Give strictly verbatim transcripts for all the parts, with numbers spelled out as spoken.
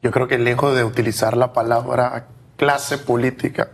yo creo que lejos de utilizar la palabra clase política,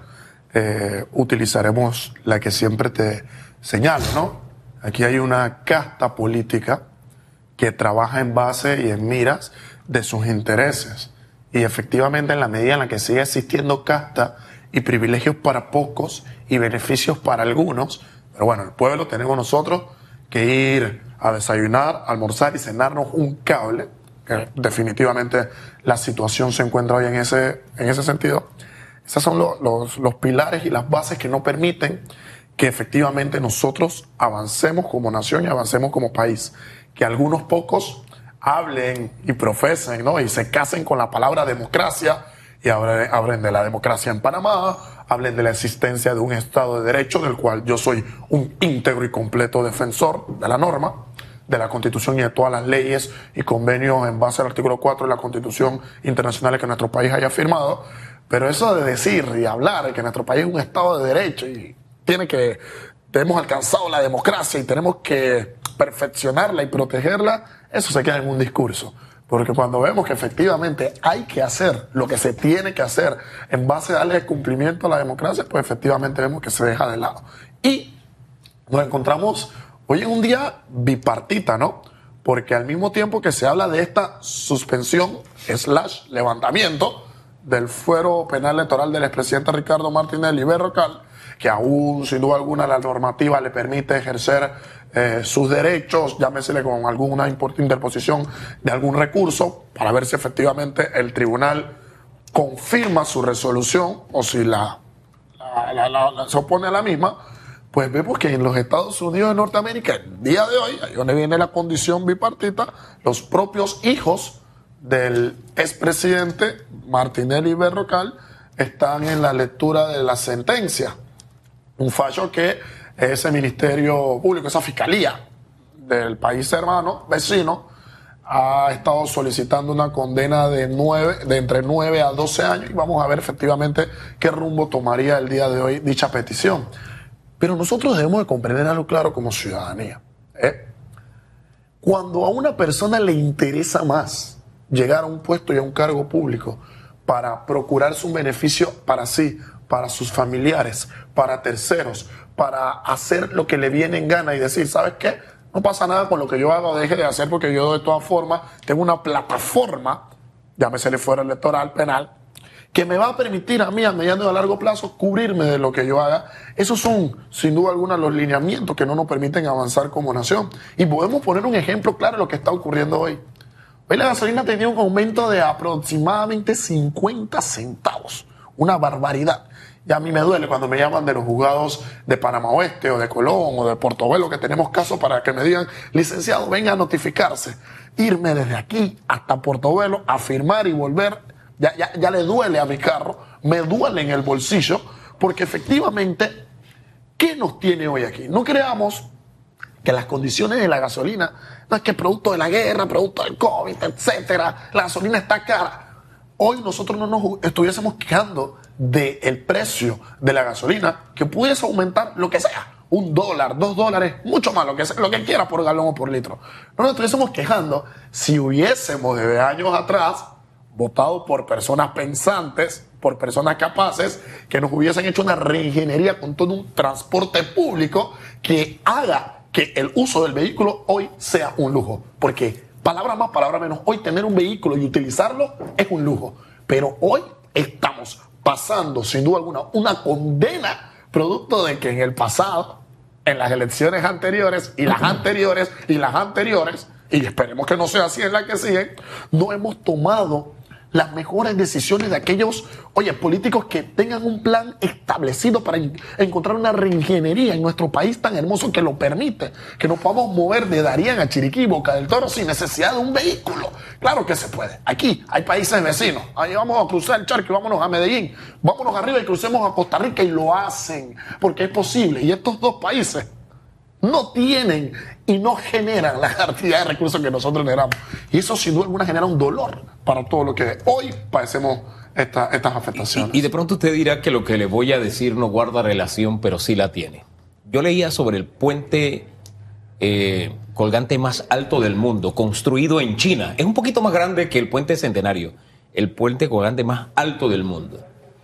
eh, utilizaremos la que siempre te señalo, ¿no? Aquí hay una casta política que trabaja en base y en miras de sus intereses. Y efectivamente, en la medida en la que sigue existiendo casta y privilegios para pocos y beneficios para algunos, pero bueno, el pueblo tenemos nosotros que ir a desayunar, almorzar y cenarnos un cable, que definitivamente la situación se encuentra hoy en ese, en ese sentido. Esos son los, los, los pilares y las bases que no permiten que efectivamente nosotros avancemos como nación y avancemos como país. Que algunos pocos hablen y profesen, ¿no? Y se casen con la palabra democracia y hablen, hablen de la democracia en Panamá, hablen de la existencia de un Estado de Derecho, del cual yo soy un íntegro y completo defensor de la norma, de la Constitución y de todas las leyes y convenios en base al artículo cuatro de la Constitución internacional que nuestro país haya firmado. Pero eso de decir y hablar de que nuestro país es un Estado de Derecho y tiene que, hemos alcanzado la democracia y tenemos que perfeccionarla y protegerla, eso se queda en un discurso. Porque cuando vemos que efectivamente hay que hacer lo que se tiene que hacer en base a darle cumplimiento a la democracia, pues efectivamente vemos que se deja de lado. Y nos encontramos hoy en un día bipartita, ¿no? Porque al mismo tiempo que se habla de esta suspensión slash levantamiento del fuero penal electoral del expresidente Ricardo Martinelli Berrocal, que aún sin duda alguna la normativa le permite ejercer eh, sus derechos, llámesele con alguna interposición de algún recurso, para ver si efectivamente el tribunal confirma su resolución o si la, la, la, la, la se opone a la misma. Pues vemos que en los Estados Unidos de Norteamérica, el día de hoy, ahí donde viene la condición bipartita, los propios hijos del expresidente Martinelli Berrocal están en la lectura de la sentencia. Un fallo que ese Ministerio Público, esa Fiscalía del país hermano, vecino, ha estado solicitando una condena de, nueve, de entre nueve a doce años y vamos a ver efectivamente qué rumbo tomaría el día de hoy dicha petición. Pero nosotros debemos de comprender algo claro como ciudadanía. ¿eh? Cuando a una persona le interesa más llegar a un puesto y a un cargo público para procurarse un beneficio para sí, para sus familiares, para terceros, para hacer lo que le viene en gana y decir, ¿sabes qué? No pasa nada con lo que yo haga o deje de hacer porque yo de todas formas tengo una plataforma, llámesele fuera electoral, penal, que me va a permitir a mí a mediano y a largo plazo cubrirme de lo que yo haga. Esos son, sin duda alguna, los lineamientos que no nos permiten avanzar como nación. Y podemos poner un ejemplo claro de lo que está ocurriendo hoy. Hoy la gasolina tenía un aumento de aproximadamente cincuenta centavos. Una barbaridad. Ya a mí me duele cuando me llaman de los juzgados de Panamá Oeste o de Colón o de Portobelo, que tenemos casos para que me digan, licenciado, venga a notificarse. Irme desde aquí hasta Portobelo a firmar y volver, ya, ya, ya le duele a mi carro, me duele en el bolsillo, porque efectivamente, ¿qué nos tiene hoy aquí? No creamos que las condiciones de la gasolina, no es que producto de la guerra, producto del COVID, etcétera, la gasolina está cara. Hoy nosotros no nos estuviésemos quejando del precio de la gasolina, que pudiese aumentar lo que sea, un dólar, dos dólares, mucho más, lo que, sea, lo que quiera por galón o por litro. No nos estuviésemos quejando si hubiésemos desde años atrás votado por personas pensantes, por personas capaces, que nos hubiesen hecho una reingeniería con todo un transporte público que haga que el uso del vehículo hoy sea un lujo. Porque, palabra más, palabra menos, hoy tener un vehículo y utilizarlo es un lujo. Pero hoy estamos pasando, sin duda alguna, una condena producto de que en el pasado, en las elecciones anteriores y las anteriores y las anteriores, y esperemos que no sea así en la que siguen, no hemos tomado las mejores decisiones de aquellos, oye, políticos que tengan un plan establecido para en, encontrar una reingeniería en nuestro país tan hermoso que lo permite, que nos podamos mover de Darién a Chiriquí, Boca del Toro sin necesidad de un vehículo. Claro que se puede. Aquí hay países vecinos. Ahí vamos a cruzar el charco y vámonos a Medellín. Vámonos arriba y crucemos a Costa Rica y lo hacen porque es posible. Y estos dos países no tienen y no generan la cantidad de recursos que nosotros generamos. Y eso sin duda alguna genera un dolor para todo lo que hoy padecemos esta, estas afectaciones. Y, y de pronto usted dirá que lo que le voy a decir no guarda relación, pero sí la tiene. Yo leía sobre el puente eh, colgante más alto del mundo, construido en China. Es un poquito más grande que el puente Centenario. el puente colgante más alto del mundo,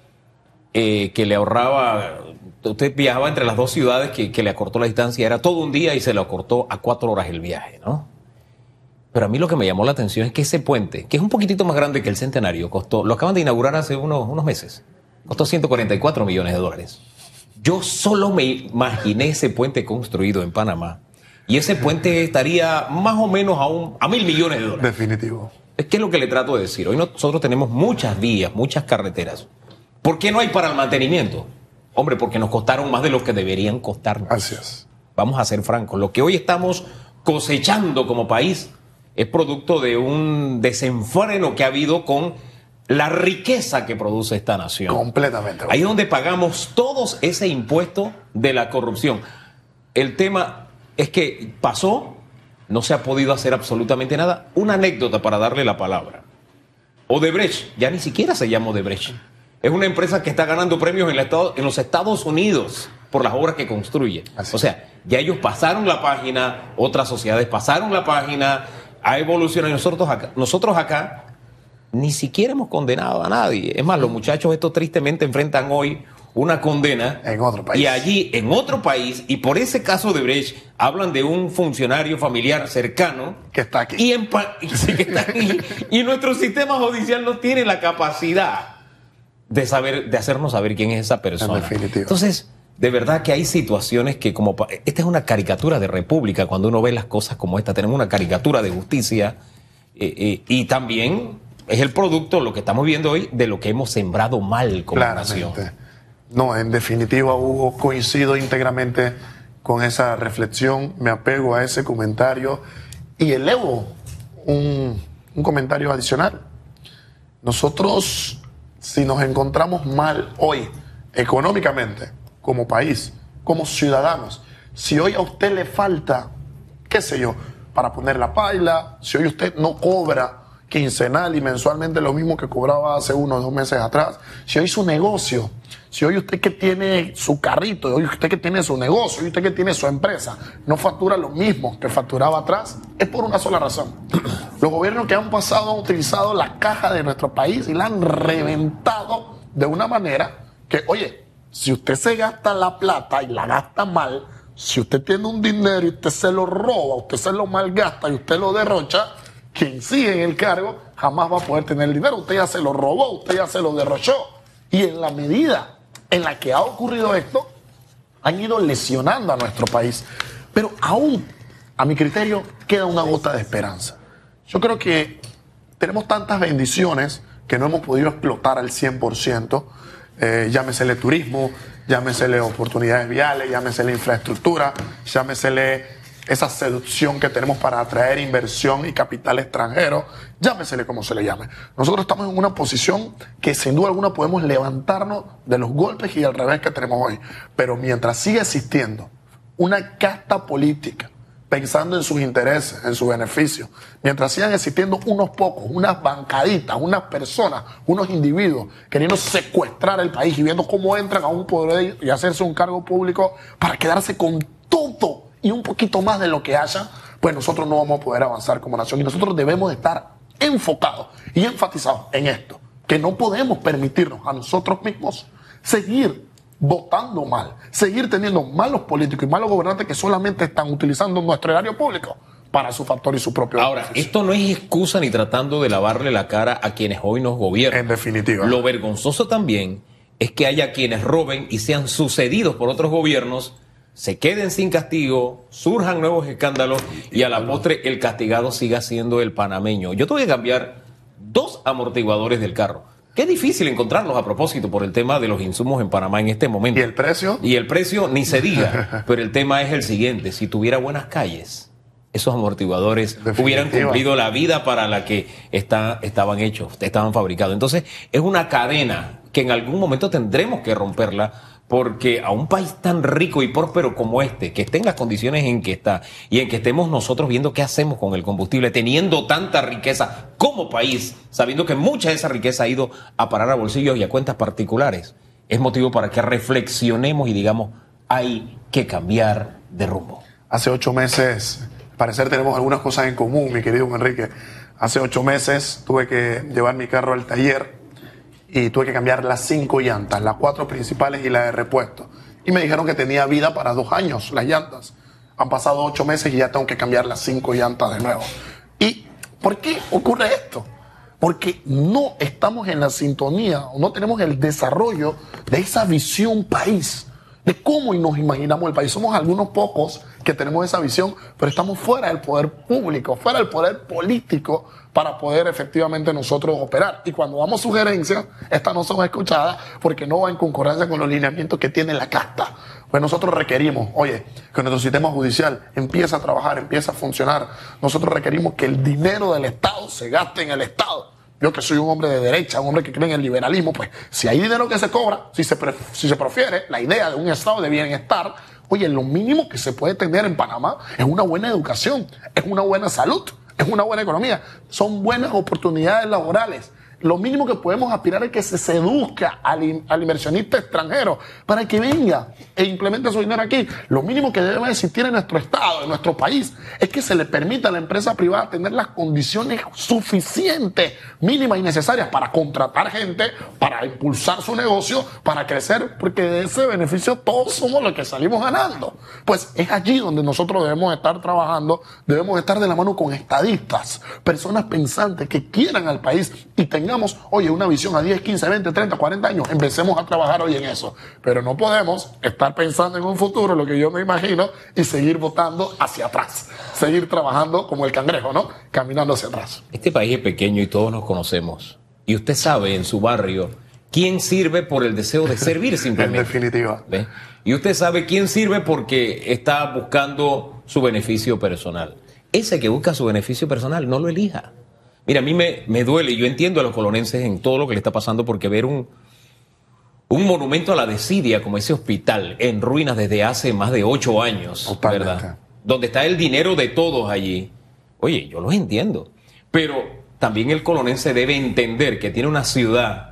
eh, que le ahorraba, usted viajaba entre las dos ciudades, que, que le acortó la distancia, era todo un día y se lo acortó a cuatro horas el viaje, ¿no? Pero a mí lo que me llamó la atención es que ese puente, que es un poquitito más grande que el Centenario, costó, lo acaban de inaugurar hace unos, unos meses, costó ciento cuarenta y cuatro millones de dólares. Yo solo me imaginé ese puente construido en Panamá y ese puente estaría más o menos a, un, a mil millones de dólares. Definitivo. Es que es lo que le trato de decir. Hoy nosotros tenemos muchas vías, muchas carreteras. ¿Por qué no hay para el mantenimiento? Hombre, porque nos costaron más de lo que deberían costarnos. Así es. Vamos a ser francos. Lo que hoy estamos cosechando como país es producto de un desenfreno que ha habido con la riqueza que produce esta nación. Completamente. Ahí es donde pagamos todos ese impuesto de la corrupción. El tema es que pasó, no se ha podido hacer absolutamente nada. Una anécdota para darle la palabra. Odebrecht, ya ni siquiera se llama Odebrecht. Es una empresa que está ganando premios en, el estado, en los Estados Unidos por las obras que construye. Así. O sea, ya ellos pasaron la página, otras sociedades pasaron la página, ha evolucionado. Nosotros acá, nosotros acá ni siquiera hemos condenado a nadie. Es más, los muchachos estos tristemente enfrentan hoy una condena en otro país. Y allí, en otro país, y por ese caso de Brecht, hablan de un funcionario familiar cercano que está aquí. Y, en, sí, que está aquí, y nuestro sistema judicial no tiene la capacidad de saber, de hacernos saber quién es esa persona. En definitivo. Entonces, de verdad que hay situaciones que como... Esta es una caricatura de república, cuando uno ve las cosas como esta. Tenemos una caricatura de justicia eh, eh, y también es el producto, lo que estamos viendo hoy, de lo que hemos sembrado mal como nación. No, en definitiva, Hugo, coincido íntegramente con esa reflexión, me apego a ese comentario y elevo un, un comentario adicional. Nosotros, si nos encontramos mal hoy, económicamente, como país, como ciudadanos, si hoy a usted le falta, qué sé yo, para poner la paila, si hoy usted no cobra quincenal y mensualmente lo mismo que cobraba hace unos dos meses atrás, si hoy su negocio, si hoy usted que tiene su carrito, hoy usted que tiene su negocio, hoy usted que tiene su empresa, no factura lo mismo que facturaba atrás, es por una sola razón. Los gobiernos que han pasado han utilizado la caja de nuestro país y la han reventado de una manera que, oye, si usted se gasta la plata y la gasta mal, si usted tiene un dinero y usted se lo roba, usted se lo malgasta y usted lo derrocha, quien sigue en el cargo jamás va a poder tener el dinero. Usted ya se lo robó, usted ya se lo derrochó. Y en la medida en la que ha ocurrido esto, han ido lesionando a nuestro país. Pero aún, a mi criterio, queda una gota de esperanza. Yo creo que tenemos tantas bendiciones que no hemos podido explotar al cien por ciento. Eh, llámesele turismo, llámesele oportunidades viales, llámesele infraestructura, llámesele esa seducción que tenemos para atraer inversión y capital extranjero, llámesele como se le llame. Nosotros estamos en una posición que sin duda alguna podemos levantarnos de los golpes y del revés que tenemos hoy. Pero mientras siga existiendo una casta política pensando en sus intereses, en sus beneficios, mientras sigan existiendo unos pocos, unas bancaditas, unas personas, unos individuos queriendo secuestrar el país y viendo cómo entran a un poder y hacerse un cargo público para quedarse con todo y un poquito más de lo que haya, pues nosotros no vamos a poder avanzar como nación. Y nosotros debemos de estar enfocados y enfatizados en esto, que no podemos permitirnos a nosotros mismos seguir votando mal, seguir teniendo malos políticos y malos gobernantes que solamente están utilizando nuestro erario público para su factor y su propio Ahora, beneficio. Esto no es excusa ni tratando de lavarle la cara a quienes hoy nos gobiernan. En definitiva. Lo vergonzoso también es que haya quienes roben y sean sucedidos por otros gobiernos, se queden sin castigo, surjan nuevos escándalos y a la postre el castigado siga siendo el panameño. Yo tuve que cambiar dos amortiguadores del carro. Qué difícil encontrarlos a propósito por el tema de los insumos en Panamá en este momento. ¿Y el precio? Y el precio ni se diga. Pero el tema es el siguiente. Si tuviera buenas calles, esos amortiguadores hubieran cumplido la vida para la que está, estaban hechos, estaban fabricados. Entonces, es una cadena que en algún momento tendremos que romperla, porque a un país tan rico y próspero como este, que esté en las condiciones en que está y en que estemos nosotros viendo qué hacemos con el combustible, teniendo tanta riqueza como país, sabiendo que mucha de esa riqueza ha ido a parar a bolsillos y a cuentas particulares, es motivo para que reflexionemos y digamos, hay que cambiar de rumbo. Hace ocho meses, al parecer tenemos algunas cosas en común, mi querido Enrique. Hace ocho meses tuve que llevar mi carro al taller y tuve que cambiar las cinco llantas, las cuatro principales y la de repuesto. Y me dijeron que tenía vida para dos años las llantas. Han pasado ocho meses y ya tengo que cambiar las cinco llantas de nuevo. ¿Y por qué ocurre esto? Porque no estamos en la sintonía, o no tenemos el desarrollo de esa visión país, de cómo nos imaginamos el país. Somos algunos pocos que tenemos esa visión, pero estamos fuera del poder público, fuera del poder político para poder efectivamente nosotros operar. Y cuando damos sugerencias, estas no son escuchadas porque no van en concordancia con los lineamientos que tiene la casta. Pues nosotros requerimos, oye, que nuestro sistema judicial empiece a trabajar, empiece a funcionar. Nosotros requerimos que el dinero del Estado se gaste en el Estado. Yo que soy un hombre de derecha, un hombre que cree en el liberalismo, pues si hay dinero que se cobra, si se, pre, si se prefiere la idea de un estado de bienestar, oye, lo mínimo que se puede tener en Panamá es una buena educación, es una buena salud, es una buena economía, son buenas oportunidades laborales. Lo mínimo que podemos aspirar es que se seduzca al, al inversionista extranjero para que venga e implemente su dinero aquí. Lo mínimo que debe existir en nuestro estado, en nuestro país, es que se le permita a la empresa privada tener las condiciones suficientes, mínimas y necesarias para contratar gente, para impulsar su negocio, para crecer, porque de ese beneficio todos somos los que salimos ganando. Pues es allí donde nosotros debemos estar trabajando, debemos estar de la mano con estadistas, personas pensantes que quieran al país y tengan Tengamos, oye, una visión a diez, quince, veinte, treinta, cuarenta años, empecemos a trabajar hoy en eso. Pero no podemos estar pensando en un futuro, lo que yo me imagino, y seguir votando hacia atrás. Seguir trabajando como el cangrejo, ¿no? Caminando hacia atrás. Este país es pequeño y todos nos conocemos. Y usted sabe en su barrio quién sirve por el deseo de servir simplemente. En definitiva. ¿Ve? Y usted sabe quién sirve porque está buscando su beneficio personal. Ese que busca su beneficio personal, no lo elija. Mira, a mí me, me duele, yo entiendo a los colonenses en todo lo que le está pasando, porque ver un, un monumento a la desidia como ese hospital en ruinas desde hace más de ocho años, Totalmente. ¿verdad? Donde está el dinero de todos allí. Oye, yo los entiendo, pero también el colonense debe entender que tiene una ciudad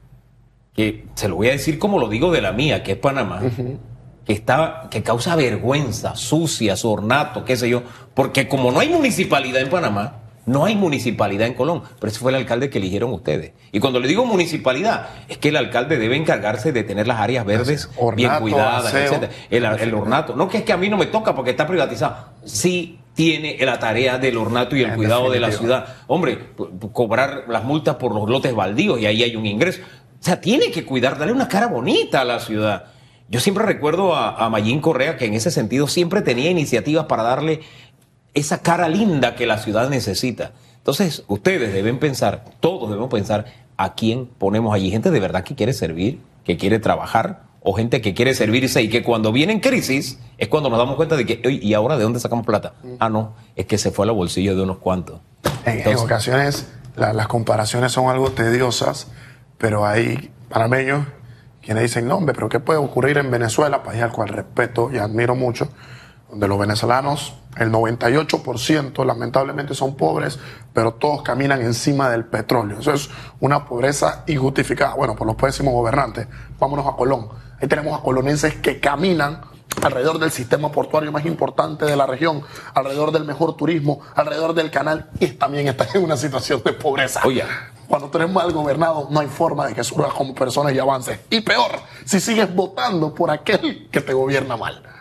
que, se lo voy a decir como lo digo de la mía, que es Panamá, uh-huh. que, está, que causa vergüenza, sucia, su ornato, qué sé yo, porque como no hay municipalidad en Panamá, no hay municipalidad en Colón, pero ese fue el alcalde que eligieron ustedes. Y cuando le digo municipalidad, es que el alcalde debe encargarse de tener las áreas verdes ornato, bien cuidadas, aseo, etcétera. El, el ornato. No que es que a mí no me toca porque está privatizado. Sí tiene la tarea del ornato y el en cuidado definitiva. de la ciudad. Hombre, cobrar las multas por los lotes baldíos y ahí hay un ingreso. O sea, tiene que cuidar, darle una cara bonita a la ciudad. Yo siempre recuerdo a, a Mayín Correa que en ese sentido siempre tenía iniciativas para darle esa cara linda que la ciudad necesita. Entonces, ustedes deben pensar, todos debemos pensar a quién ponemos allí. Gente de verdad que quiere servir, que quiere trabajar, o gente que quiere servirse y que cuando viene en crisis es cuando nos damos cuenta de que, ¿y ahora de dónde sacamos plata? Ah, no, es que se fue a los bolsillos de unos cuantos. En, Entonces, en ocasiones la, las comparaciones son algo tediosas, pero hay panameños quienes dicen, no, hombre, pero ¿qué puede ocurrir en Venezuela? País al cual respeto y admiro mucho, donde los venezolanos, el noventa y ocho por ciento lamentablemente son pobres, pero todos caminan encima del petróleo. Eso es una pobreza injustificada, bueno, por los pésimos gobernantes. Vámonos a Colón. Ahí tenemos a colonenses que caminan alrededor del sistema portuario más importante de la región, alrededor del mejor turismo, alrededor del canal, y también están en una situación de pobreza. Oye, cuando tú eres mal gobernado, no hay forma de que surjas como personas y avances. Y peor, si sigues votando por aquel que te gobierna mal.